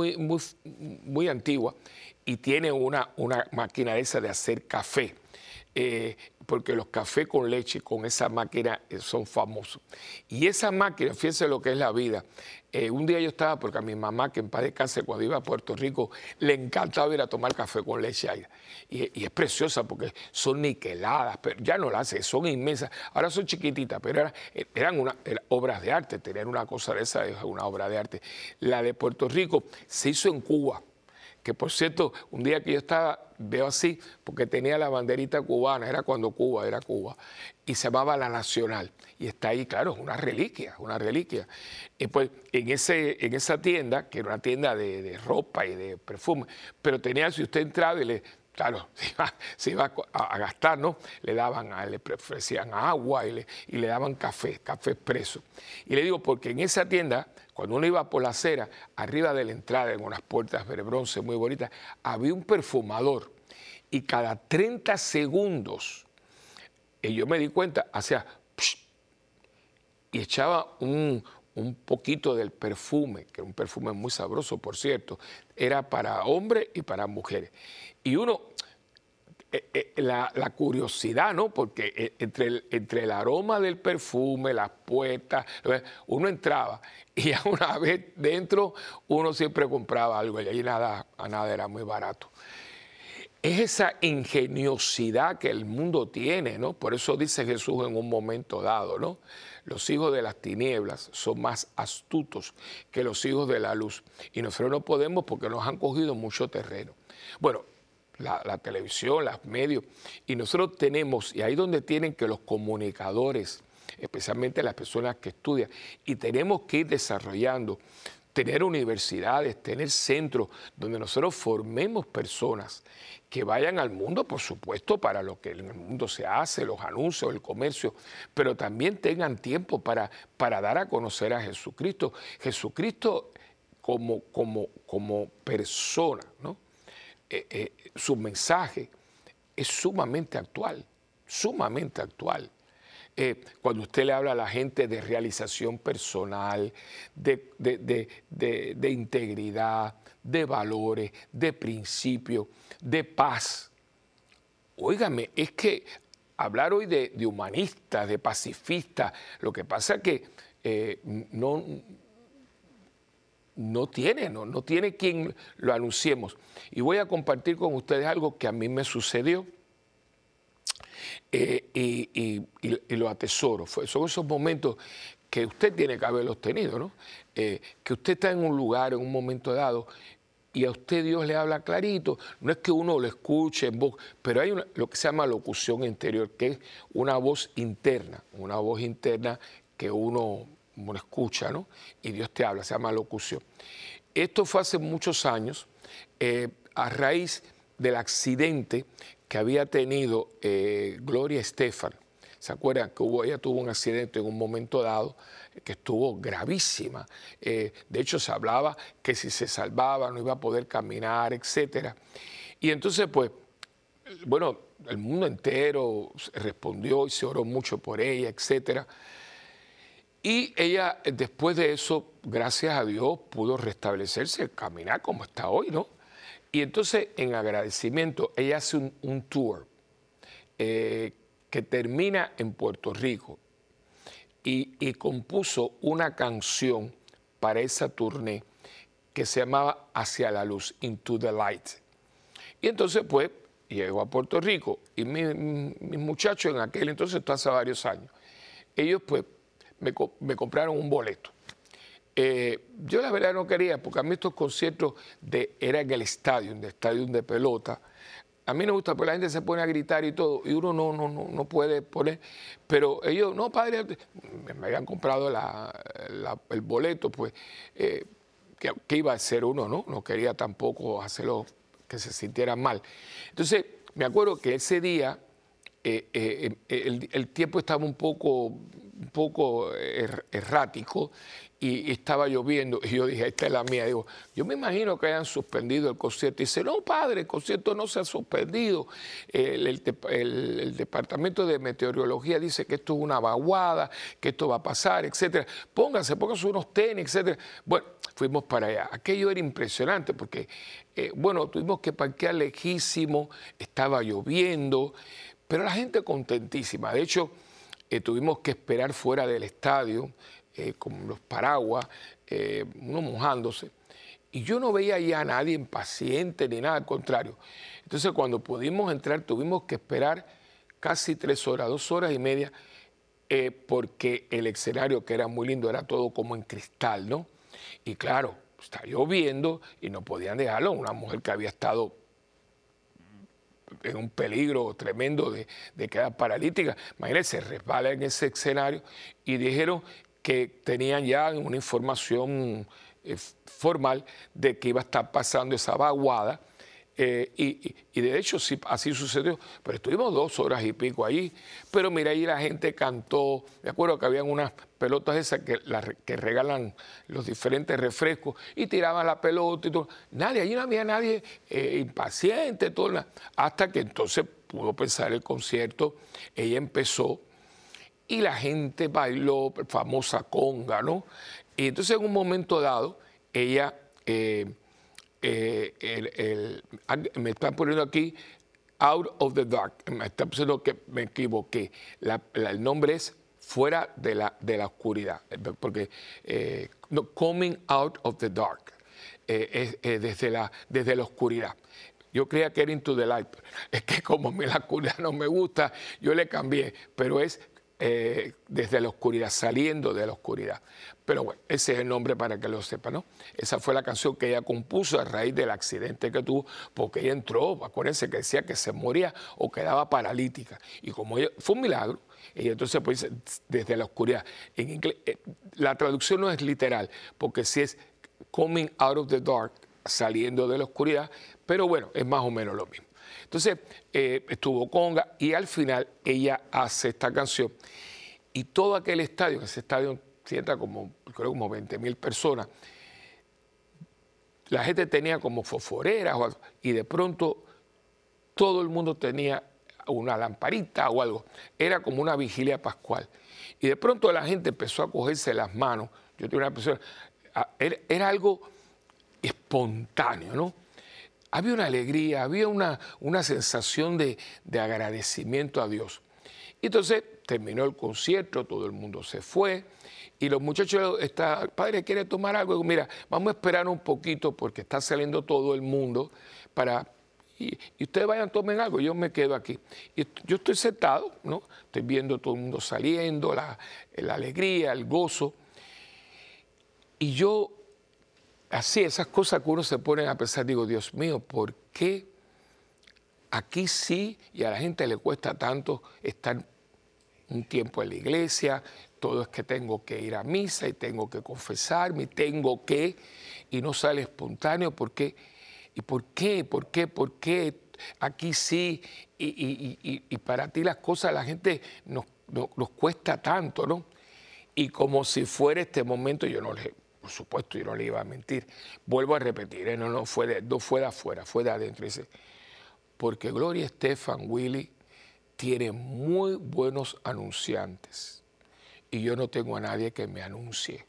muy antigua, y tiene una máquina esa de hacer café. porque los cafés con leche, con esa máquina, son famosos. Y esa máquina, fíjense lo que es la vida. Un día yo estaba, porque a mi mamá, que en paz descanse, cuando iba a Puerto Rico, le encantaba ir a tomar café con leche ahí. Y es preciosa porque son niqueladas, pero ya no las hace, son inmensas. Ahora son chiquititas, pero eran obras de arte. Tener una cosa de esa es una obra de arte. La de Puerto Rico se hizo en Cuba. Que por cierto, un día que yo estaba, veo así, porque tenía la banderita cubana, era cuando Cuba era Cuba, y se llamaba La Nacional. Y está ahí, claro, es una reliquia, una reliquia. Y pues en esa tienda, que era una tienda de ropa y de perfume, pero tenía, si usted entraba y claro, se iba a gastar, ¿no? Le ofrecían agua y le daban café expreso. Y le digo, porque en esa tienda, cuando uno iba por la acera, arriba de la entrada, en unas puertas de bronce muy bonitas, había un perfumador. Y cada 30 segundos, y yo me di cuenta, hacía psh, y echaba un poquito del perfume, que era un perfume muy sabroso, por cierto, era para hombres y para mujeres. Y uno, la curiosidad, ¿no? Porque entre el aroma del perfume, las puertas, uno entraba y a una vez dentro uno siempre compraba algo y allí nada era muy barato. Es esa ingeniosidad que el mundo tiene, ¿no? Por eso dice Jesús en un momento dado, ¿no? Los hijos de las tinieblas son más astutos que los hijos de la luz. Y nosotros no podemos porque nos han cogido mucho terreno. Bueno, la televisión, los medios, y nosotros tenemos, y ahí donde tienen que los comunicadores, especialmente las personas que estudian, y tenemos que ir desarrollando, tener universidades, tener centros donde nosotros formemos personas que vayan al mundo, por supuesto, para lo que en el mundo se hace, los anuncios, el comercio, pero también tengan tiempo para dar a conocer a Jesucristo. Jesucristo como persona, ¿no? Su mensaje es sumamente actual, sumamente actual. Cuando usted le habla a la gente de realización personal, de integridad, de valores, de principios, de paz. Óigame, es que hablar hoy de humanistas, de pacifistas, lo que pasa es que no tiene quien lo anunciemos. Y voy a compartir con ustedes algo que a mí me sucedió. Y lo atesoro. Son esos momentos que usted tiene que haberlos tenido, ¿no? Que usted está en un lugar, en un momento dado, y a usted Dios le habla clarito. No es que uno lo escuche en voz, pero hay lo que se llama locución interior, que es una voz interna que uno escucha, ¿no? Y Dios te habla, se llama locución. Esto fue hace muchos años, a raíz del accidente que había tenido Gloria Estefan. ¿Se acuerdan que ella tuvo un accidente en un momento dado que estuvo gravísima? De hecho, se hablaba que si se salvaba no iba a poder caminar, etcétera. Y entonces, pues, bueno, el mundo entero respondió y se oró mucho por ella, etcétera. Y ella, después de eso, gracias a Dios, pudo restablecerse, caminar como está hoy, ¿no? Y entonces, en agradecimiento, ella hace un tour que termina en Puerto Rico y compuso una canción para esa tournée que se llamaba Hacia la Luz, Into the Light. Y entonces, pues, llegó a Puerto Rico y mis muchachos en aquel entonces, esto hace varios años, ellos, pues, me compraron un boleto. Yo la verdad no quería, porque a mí estos conciertos era en el estadio de pelota. A mí no me gusta, porque la gente se pone a gritar y todo, y uno no puede poner. Pero ellos, no, padre, me habían comprado el boleto, pues, que iba a ser uno, ¿no? No quería tampoco hacerlo que se sintieran mal. Entonces, me acuerdo que ese día el tiempo estaba un poco errático y estaba lloviendo y yo dije, esta es la mía. Digo, yo me imagino que hayan suspendido el concierto. Y dice, no, padre, el concierto no se ha suspendido. El Departamento de Meteorología dice que esto es una vaguada, que esto va a pasar, etcétera. Pónganse unos tenis, etcétera. Bueno, fuimos para allá. Aquello era impresionante porque, bueno, tuvimos que parquear lejísimo, estaba lloviendo. Pero la gente contentísima. De hecho, tuvimos que esperar fuera del estadio, con los paraguas, uno mojándose. Y yo no veía ya a nadie impaciente ni nada, al contrario. Entonces, cuando pudimos entrar, tuvimos que esperar casi 3 horas, 2 horas y media, porque el escenario, que era muy lindo, era todo como en cristal, ¿no? Y claro, está lloviendo y no podían dejarlo. Una mujer que había estado en un peligro tremendo de quedar paralítica. Imagínense, se resbala en ese escenario y dijeron que tenían ya una información formal de que iba a estar pasando esa vaguada. Y de hecho sí, así sucedió, pero estuvimos 2 horas y pico allí. Pero mira, ahí la gente cantó. Me acuerdo que habían unas pelotas esas que regalan los diferentes refrescos y tiraban la pelota y todo. Nadie, allí no había nadie impaciente, todo, hasta que entonces pudo pensar el concierto. Ella empezó y la gente bailó, famosa conga, ¿no? Y entonces en un momento dado, ella... me están poniendo aquí Out of the Dark, me está diciendo que me equivoqué. El nombre es Fuera de la Oscuridad, porque no, Coming Out of the Dark, desde la oscuridad. Yo creía que era Into the Light, es que como a mí la oscuridad no me gusta, yo le cambié, pero es desde la oscuridad, saliendo de la oscuridad. Pero bueno, ese es el nombre para que lo sepan, ¿no? Esa fue la canción que ella compuso a raíz del accidente que tuvo, porque ella entró, acuérdense que decía que se moría o quedaba paralítica. Y como ella, fue un milagro, ella entonces pues desde la oscuridad. En inglés, la traducción no es literal, porque sí es coming out of the dark, saliendo de la oscuridad, pero bueno, es más o menos lo mismo. Entonces estuvo conga y al final ella hace esta canción y todo aquel estadio, ese estadio sienta como, creo como 20,000 personas, la gente tenía como fosforeras y de pronto todo el mundo tenía una lamparita o algo. Era como una vigilia pascual. Y de pronto la gente empezó a cogerse las manos. Yo tenía una persona, era algo espontáneo, ¿no? Había una alegría, había una sensación de agradecimiento a Dios. Y entonces terminó el concierto, todo el mundo se fue y los muchachos, padre, ¿quiere tomar algo? Digo, mira, vamos a esperar un poquito porque está saliendo todo el mundo y ustedes vayan, tomen algo, yo me quedo aquí. Y yo estoy sentado, ¿no? Estoy viendo todo el mundo saliendo, la alegría, el gozo. Y yo, así, esas cosas que uno se pone a pensar, digo, Dios mío, ¿por qué aquí sí y a la gente le cuesta tanto estar un tiempo en la iglesia? Todo es que tengo que ir a misa y tengo que confesarme, y no sale espontáneo. ¿Por qué? ¿Y por qué? ¿Por qué? ¿Por qué aquí sí y para ti las cosas, la gente nos cuesta tanto, ¿no? Y como si fuera este momento, por supuesto, yo no le iba a mentir. Vuelvo a repetir, no fue de afuera, fue de adentro. Dice, porque Gloria Estefan, Willy, tiene muy buenos anunciantes y yo no tengo a nadie que me anuncie.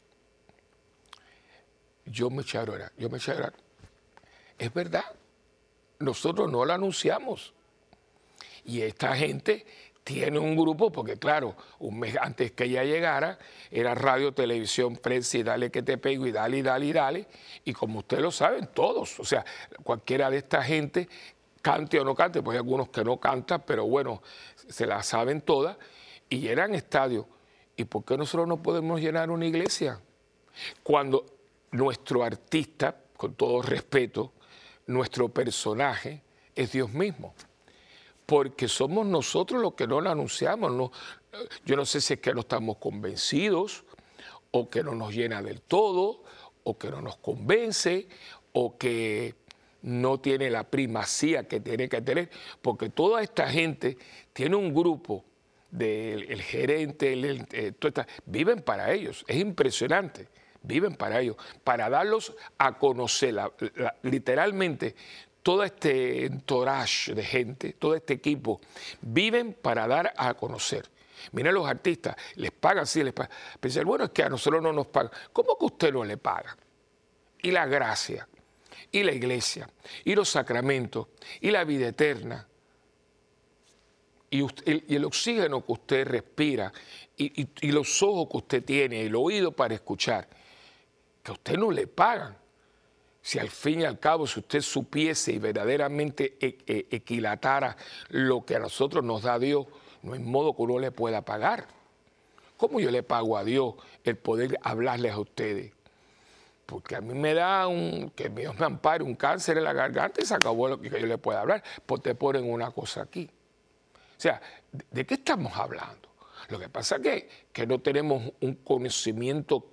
Yo me eché a llorar. Es verdad, nosotros no la anunciamos. Y esta gente tiene un grupo, porque claro, un mes antes que ella llegara, era radio, televisión, prensa y dale que te pego y dale, y dale, y dale. Y como ustedes lo saben, todos, o sea, cualquiera de esta gente, cante o no cante, pues hay algunos que no cantan, pero bueno, se la saben todas, y llenan estadios. ¿Y por qué nosotros no podemos llenar una iglesia? Cuando nuestro artista, con todo respeto, nuestro personaje es Dios mismo. Porque somos nosotros los que no lo anunciamos. No, yo no sé si es que no estamos convencidos, o que no nos llena del todo, o que no nos convence, o que no tiene la primacía que tiene que tener, porque toda esta gente tiene un grupo del gerente, viven para ellos, es impresionante, viven para ellos, para darlos a conocer, literalmente. Todo este entourage de gente, todo este equipo, viven para dar a conocer. Miren, los artistas, les pagan, sí, les pagan. Pero bueno, es que a nosotros no nos pagan. ¿Cómo que usted no le paga? Y la gracia, y la iglesia, y los sacramentos, y la vida eterna. y el oxígeno que usted respira y los ojos que usted tiene, el oído para escuchar, que a usted no le pagan. Si al fin y al cabo, si usted supiese y verdaderamente equilatara lo que a nosotros nos da Dios, no hay modo que uno le pueda pagar. ¿Cómo yo le pago a Dios el poder hablarles a ustedes? Porque a mí me da que Dios me ampare un cáncer en la garganta y se acabó lo que yo le pueda hablar, porque te ponen una cosa aquí. O sea, ¿de qué estamos hablando? Lo que pasa es que no tenemos un conocimiento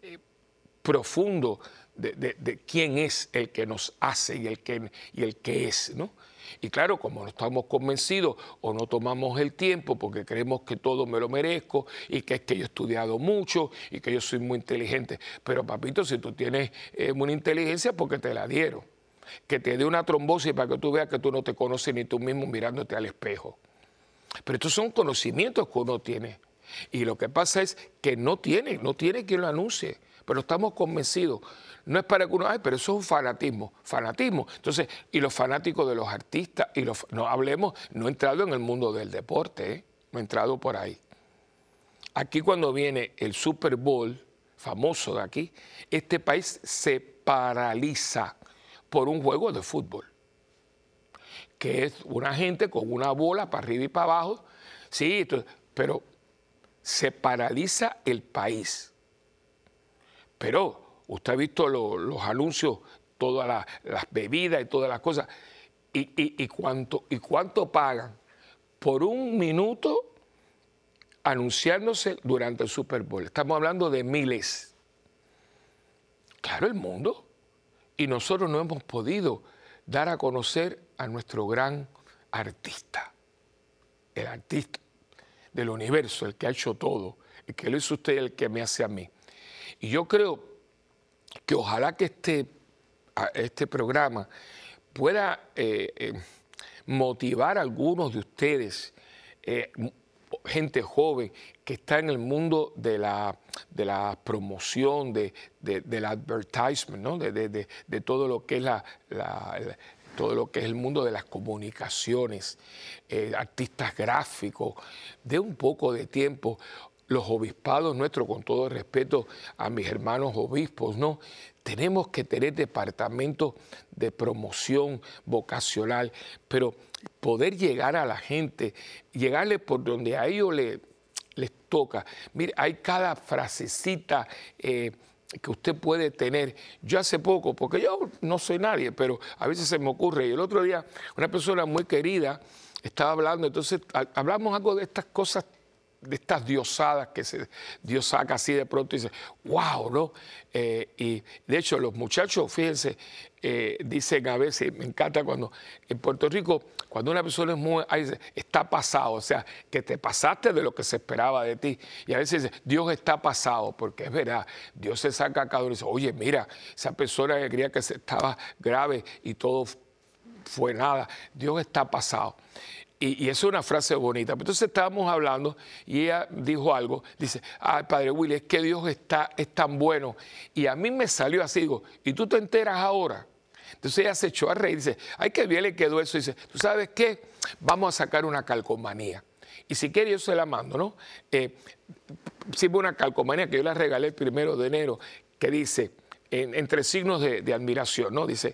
profundo de quién es el que nos hace y el que es, ¿no? Y claro, como no estamos convencidos o no tomamos el tiempo porque creemos que todo me lo merezco y que es que yo he estudiado mucho y que yo soy muy inteligente. Pero papito, si tú tienes una inteligencia, porque te la dieron. Que te dé una trombosis para que tú veas que tú no te conoces ni tú mismo mirándote al espejo. Pero estos son conocimientos que uno tiene. Y lo que pasa es que no tiene quien lo anuncie. Pero estamos convencidos. No es para que uno, pero eso es un fanatismo. Entonces, y los fanáticos de los artistas, no he entrado en el mundo del deporte, no he entrado por ahí. Aquí cuando viene el Super Bowl, famoso de aquí, este país se paraliza por un juego de fútbol, que es una gente con una bola para arriba y para abajo, sí, pero se paraliza el país. Pero usted ha visto los anuncios, todas las bebidas y todas las cosas, y cuánto pagan por un minuto anunciándose durante el Super Bowl. Estamos hablando de miles. Claro, el mundo. Y nosotros no hemos podido dar a conocer a nuestro gran artista, el artista del universo, el que ha hecho todo, el que lo hizo usted, el que me hace a mí. Y yo creo que ojalá que este programa pueda motivar a algunos de ustedes, gente joven que está en el mundo de la promoción, del advertisement, ¿no? de todo lo que es todo lo que es el mundo de las comunicaciones, artistas gráficos, de un poco de tiempo. Los obispados nuestros, con todo el respeto a mis hermanos obispos, ¿no? Tenemos que tener departamentos de promoción vocacional, pero poder llegar a la gente, llegarle por donde a ellos les toca. Mire, hay cada frasecita que usted puede tener. Yo hace poco, porque yo no soy nadie, pero a veces se me ocurre, y el otro día una persona muy querida estaba hablando, entonces hablamos algo de estas cosas, de estas diosadas que Dios saca así de pronto y dice, wow, ¿no? Y de hecho los muchachos, fíjense, dicen a veces, me encanta cuando en Puerto Rico, cuando una persona es muy, dice, está pasado, o sea, que te pasaste de lo que se esperaba de ti. Y a veces dice, Dios está pasado, porque es verdad, Dios se saca a cada uno y dice, oye, mira, esa persona que creía que estaba grave y todo fue nada, Dios está pasado. Y es una frase bonita. Entonces estábamos hablando y ella dijo algo, dice, ay, Padre Willy, es que Dios es tan bueno. Y a mí me salió así, digo, ¿y tú te enteras ahora? Entonces ella se echó a reír, dice, ay, qué bien le quedó eso. Dice, ¿tú sabes qué? Vamos a sacar una calcomanía. Y si quiere yo se la mando, ¿no? Sí, una calcomanía que yo la regalé el 1 de enero, que dice, entre signos de admiración, ¿no? Dice,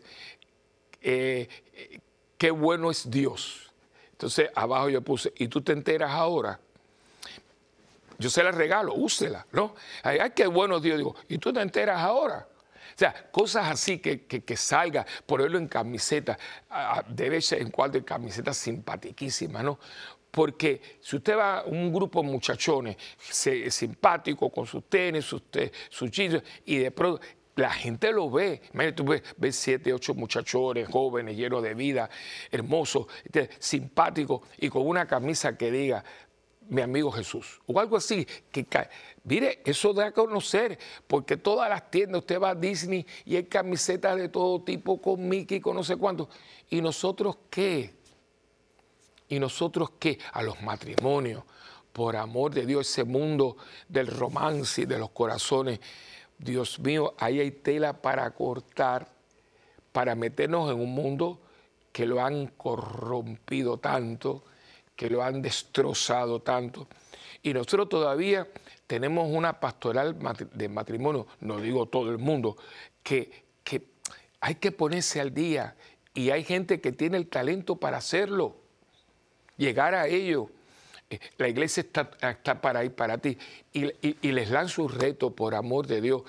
qué bueno es Dios. Entonces, abajo yo puse, ¿y tú te enteras ahora? Yo se la regalo, úsela, ¿no? Ay, qué bueno Dios. Digo, ¿y tú te enteras ahora? O sea, cosas así que salga, ponerlo en camiseta, de vez en cuando en camisetas simpatiquísimas, ¿no? Porque si usted va a un grupo de muchachones simpáticos, con sus tenis, sus jeans, y de pronto la gente lo ve. Imagínate, tú ves 7, 8 muchachones jóvenes, llenos de vida, hermosos, simpáticos, y con una camisa que diga, mi amigo Jesús, o algo así. Mire, eso da a conocer, porque todas las tiendas, usted va a Disney y hay camisetas de todo tipo, con Mickey, con no sé cuánto. ¿Y nosotros qué? ¿Y nosotros qué? A los matrimonios, por amor de Dios, ese mundo del romance y de los corazones. Dios mío, ahí hay tela para cortar, para meternos en un mundo que lo han corrompido tanto, que lo han destrozado tanto. Y nosotros todavía tenemos una pastoral de matrimonio, no digo todo el mundo, que hay que ponerse al día y hay gente que tiene el talento para hacerlo, llegar a ello. La iglesia está para ahí, para ti. Y les lanzo un reto, por amor de Dios,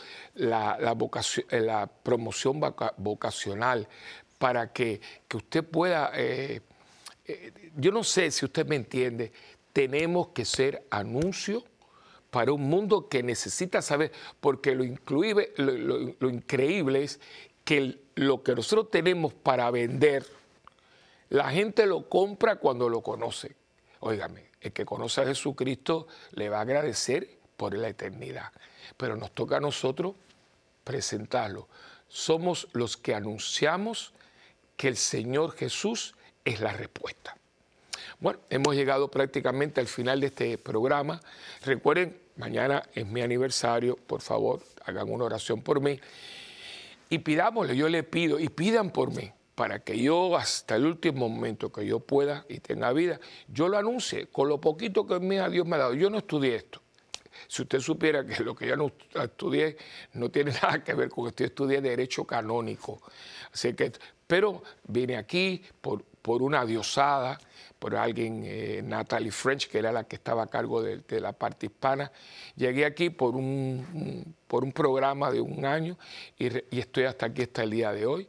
la promoción vocacional, para que usted pueda, yo no sé si usted me entiende, tenemos que ser anuncio para un mundo que necesita saber, porque lo increíble es que lo que nosotros tenemos para vender, la gente lo compra cuando lo conoce. Óigame, el que conoce a Jesucristo le va a agradecer por la eternidad, pero nos toca a nosotros presentarlo. Somos los que anunciamos que el Señor Jesús es la respuesta. Bueno, hemos llegado prácticamente al final de este programa. Recuerden, mañana es mi aniversario, por favor, hagan una oración por mí. Y pidámosle, yo le pido, y pidan por mí, para que yo hasta el último momento que yo pueda y tenga vida, yo lo anuncie con lo poquito que Dios me ha dado. Yo no estudié esto. Si usted supiera que lo que yo no estudié no tiene nada que ver con esto, yo estudié Derecho Canónico. Así que, pero vine aquí por una diosada, por alguien, Natalie French, que era la que estaba a cargo de la parte hispana. Llegué aquí por un programa de un año y estoy hasta aquí, hasta el día de hoy.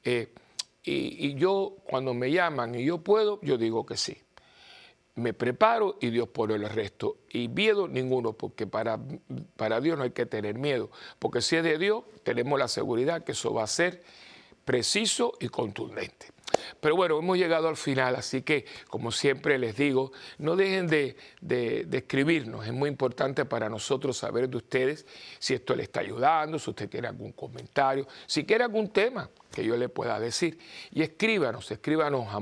Y yo, cuando me llaman y yo puedo, yo digo que sí. Me preparo y Dios pone el resto. Y miedo ninguno, porque para Dios no hay que tener miedo. Porque si es de Dios, tenemos la seguridad que eso va a ser preciso y contundente. Pero bueno, hemos llegado al final, así que, como siempre les digo, no dejen de escribirnos. Es muy importante para nosotros saber de ustedes si esto le está ayudando, si usted tiene algún comentario, si quiere algún tema que yo le pueda decir. Y escríbanos a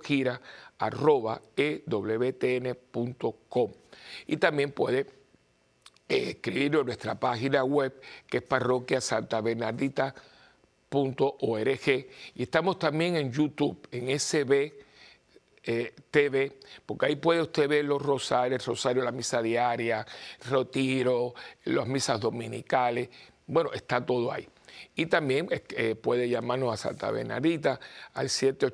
mundogira@ewtn.com. Y también puede escribirlo en nuestra página web, que es parroquiasantabernardita.org, y estamos también en YouTube, en SB TV, porque ahí puede usted ver los rosarios, el rosario, la misa diaria, retiro, las misas dominicales, bueno, está todo ahí. Y también puede llamarnos a Santa Bernardita al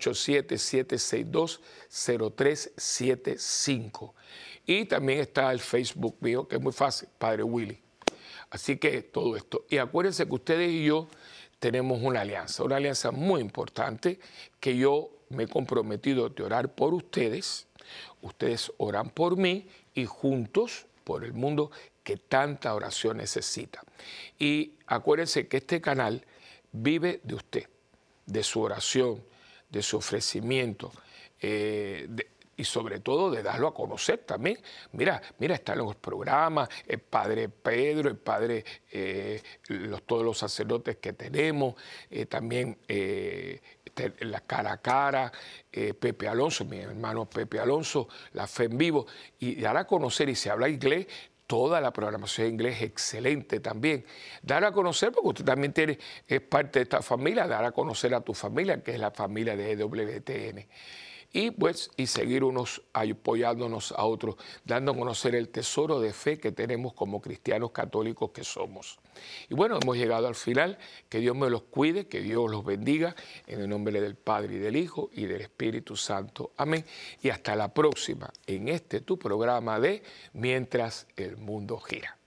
787-762-0375. Y también está el Facebook mío, que es muy fácil, Padre Willy. Así que todo esto. Y acuérdense que ustedes y yo tenemos una alianza muy importante, que yo me he comprometido de orar por ustedes, ustedes oran por mí y juntos por el mundo que tanta oración necesita. Y acuérdense que este canal vive de usted, de su oración, de su ofrecimiento, y sobre todo de darlo a conocer también. Mira, están los programas, el Padre Pedro, el Padre, todos los sacerdotes que tenemos, también la cara a cara, Pepe Alonso, mi hermano Pepe Alonso, La Fe en Vivo, y dar a conocer, y se habla inglés, toda la programación en inglés es excelente también. Dar a conocer, porque usted también es parte de esta familia, dar a conocer a tu familia, que es la familia de EWTN. Y pues, y seguir unos apoyándonos a otros, dando a conocer el tesoro de fe que tenemos como cristianos católicos que somos. Y bueno, hemos llegado al final. Que Dios me los cuide, que Dios los bendiga, en el nombre del Padre y del Hijo y del Espíritu Santo. Amén. Y hasta la próxima en tu programa de Mientras el Mundo Gira.